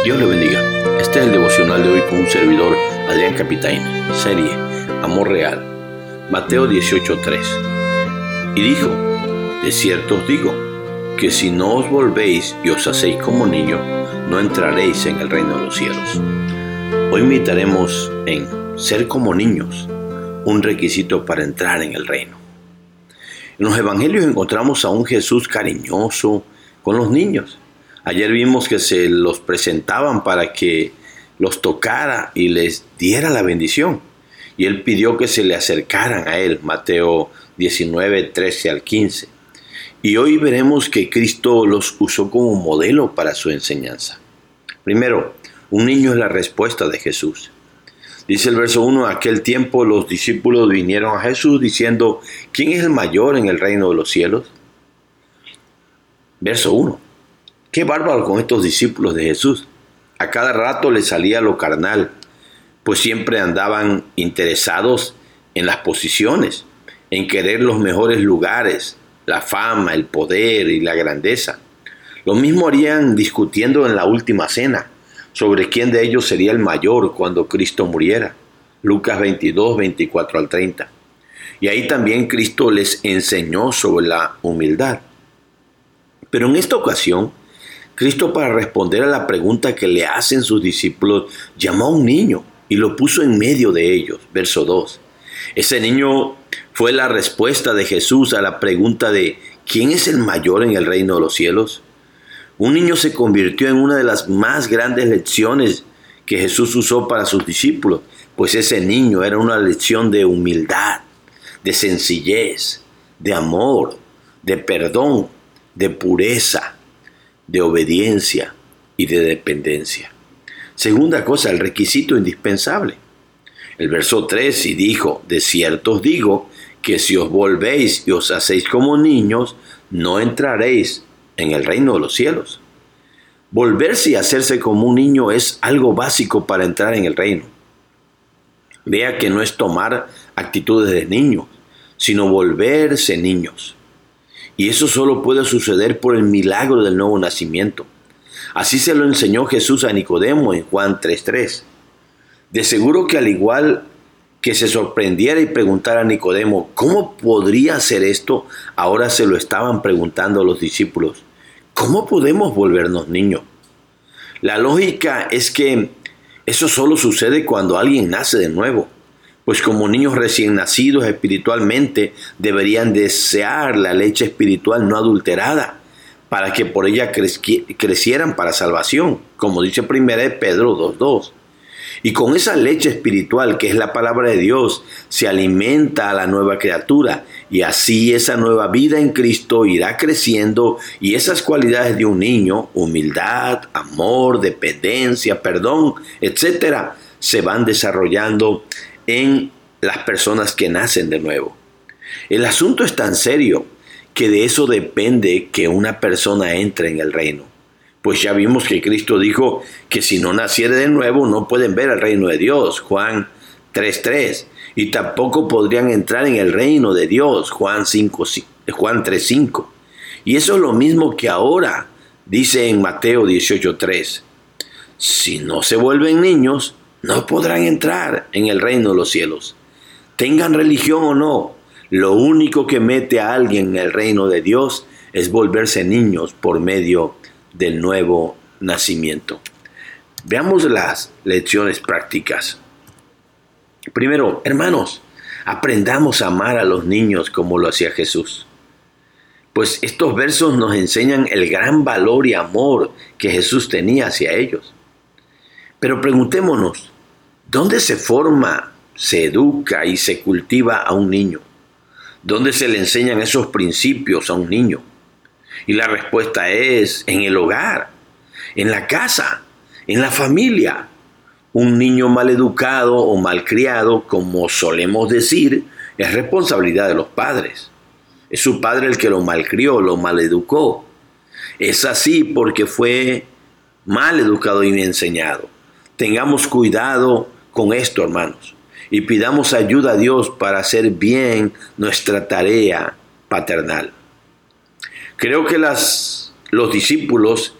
Dios le bendiga. Este es el devocional de hoy con un servidor, Adrián Capitaine. Serie Amor Real. Mateo 18:3. Y dijo: de cierto os digo, que si no os volvéis y os hacéis como niños, no entraréis en el reino de los cielos. Hoy meditaremos en ser como niños, un requisito para entrar en el reino. En los evangelios encontramos a un Jesús cariñoso con los niños. Ayer vimos que se los presentaban para que los tocara y les diera la bendición. Y él pidió que se le acercaran a él, Mateo 19, 13 al 15. Y hoy veremos que Cristo los usó como modelo para su enseñanza. Primero, un niño es la respuesta de Jesús. Dice el verso 1, en aquel tiempo los discípulos vinieron a Jesús diciendo: ¿quién es el mayor en el reino de los cielos? Verso 1. Qué bárbaro con estos discípulos de Jesús. A cada rato les salía lo carnal, pues siempre andaban interesados en las posiciones, en querer los mejores lugares, la fama, el poder y la grandeza. Lo mismo harían discutiendo en la última cena sobre quién de ellos sería el mayor cuando Cristo muriera. Lucas 22, 24 al 30. Y ahí también Cristo les enseñó sobre la humildad. Pero en esta ocasión, Cristo, para responder a la pregunta que le hacen sus discípulos, llamó a un niño y lo puso en medio de ellos. Verso 2. Ese niño fue la respuesta de Jesús a la pregunta de ¿quién es el mayor en el reino de los cielos? Un niño se convirtió en una de las más grandes lecciones que Jesús usó para sus discípulos, pues ese niño era una lección de humildad, de sencillez, de amor, de perdón, de pureza, de obediencia y de dependencia. Segunda cosa, el requisito indispensable. El verso 3, y dijo: de cierto os digo, que si os volvéis y os hacéis como niños, no entraréis en el reino de los cielos. Volverse y hacerse como un niño es algo básico para entrar en el reino. Vea que no es tomar actitudes de niños, sino volverse niños. Y eso solo puede suceder por el milagro del nuevo nacimiento. Así se lo enseñó Jesús a Nicodemo en Juan 3:3. De seguro que al igual que se sorprendiera y preguntara a Nicodemo ¿cómo podría hacer esto?, ahora se lo estaban preguntando a los discípulos: ¿cómo podemos volvernos niños? La lógica es que eso solo sucede cuando alguien nace de nuevo. Pues como niños recién nacidos espiritualmente deberían desear la leche espiritual no adulterada para que por ella crecieran para salvación, como dice 1 Pedro 2:2. Y con esa leche espiritual, que es la palabra de Dios, se alimenta a la nueva criatura, y así esa nueva vida en Cristo irá creciendo, y esas cualidades de un niño, humildad, amor, dependencia, perdón, etcétera, se van desarrollando en las personas que nacen de nuevo. El asunto es tan serio que de eso depende que una persona entre en el reino. Pues ya vimos que Cristo dijo que si no naciere de nuevo no pueden ver el reino de Dios, Juan 3:3, y tampoco podrían entrar en el reino de Dios, Juan 3:5. Y eso es lo mismo que ahora dice en Mateo 18:3. Si no se vuelven niños, no podrán entrar en el reino de los cielos. Tengan religión o no, lo único que mete a alguien en el reino de Dios es volverse niños por medio del nuevo nacimiento. Veamos las lecciones prácticas. Primero, hermanos, aprendamos a amar a los niños como lo hacía Jesús. Pues estos versos nos enseñan el gran valor y amor que Jesús tenía hacia ellos. Pero preguntémonos, ¿dónde se forma, se educa y se cultiva a un niño? ¿Dónde se le enseñan esos principios a un niño? Y la respuesta es en el hogar, en la casa, en la familia. Un niño mal educado o malcriado, como solemos decir, es responsabilidad de los padres. Es su padre el que lo malcrió, lo maleducó. Es así porque fue mal educado y bien enseñado. Tengamos cuidado con esto, hermanos, y pidamos ayuda a Dios para hacer bien nuestra tarea paternal. Creo que los discípulos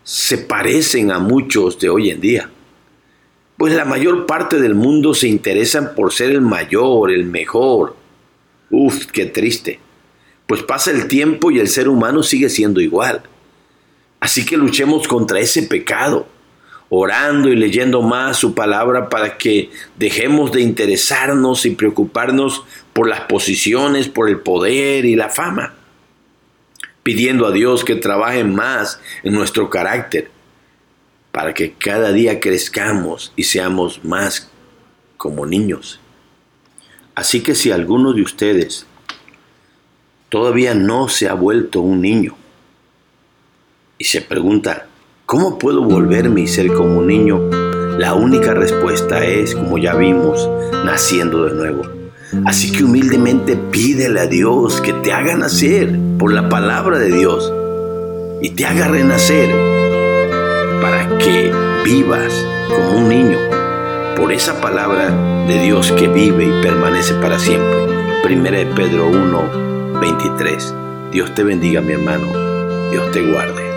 se parecen a muchos de hoy en día. Pues la mayor parte del mundo se interesan por ser el mayor, el mejor. Uf, qué triste. Pues pasa el tiempo y el ser humano sigue siendo igual. Así que luchemos contra ese pecado, orando y leyendo más su palabra para que dejemos de interesarnos y preocuparnos por las posiciones, por el poder y la fama. Pidiendo a Dios que trabaje más en nuestro carácter para que cada día crezcamos y seamos más como niños. Así que si alguno de ustedes todavía no se ha vuelto un niño y se pregunta, ¿cómo puedo volverme y ser como un niño? La única respuesta es, como ya vimos, naciendo de nuevo. Así que humildemente pídele a Dios que te haga nacer por la palabra de Dios y te haga renacer para que vivas como un niño por esa palabra de Dios que vive y permanece para siempre. 1 Pedro 1:23. Dios te bendiga, mi hermano. Dios te guarde.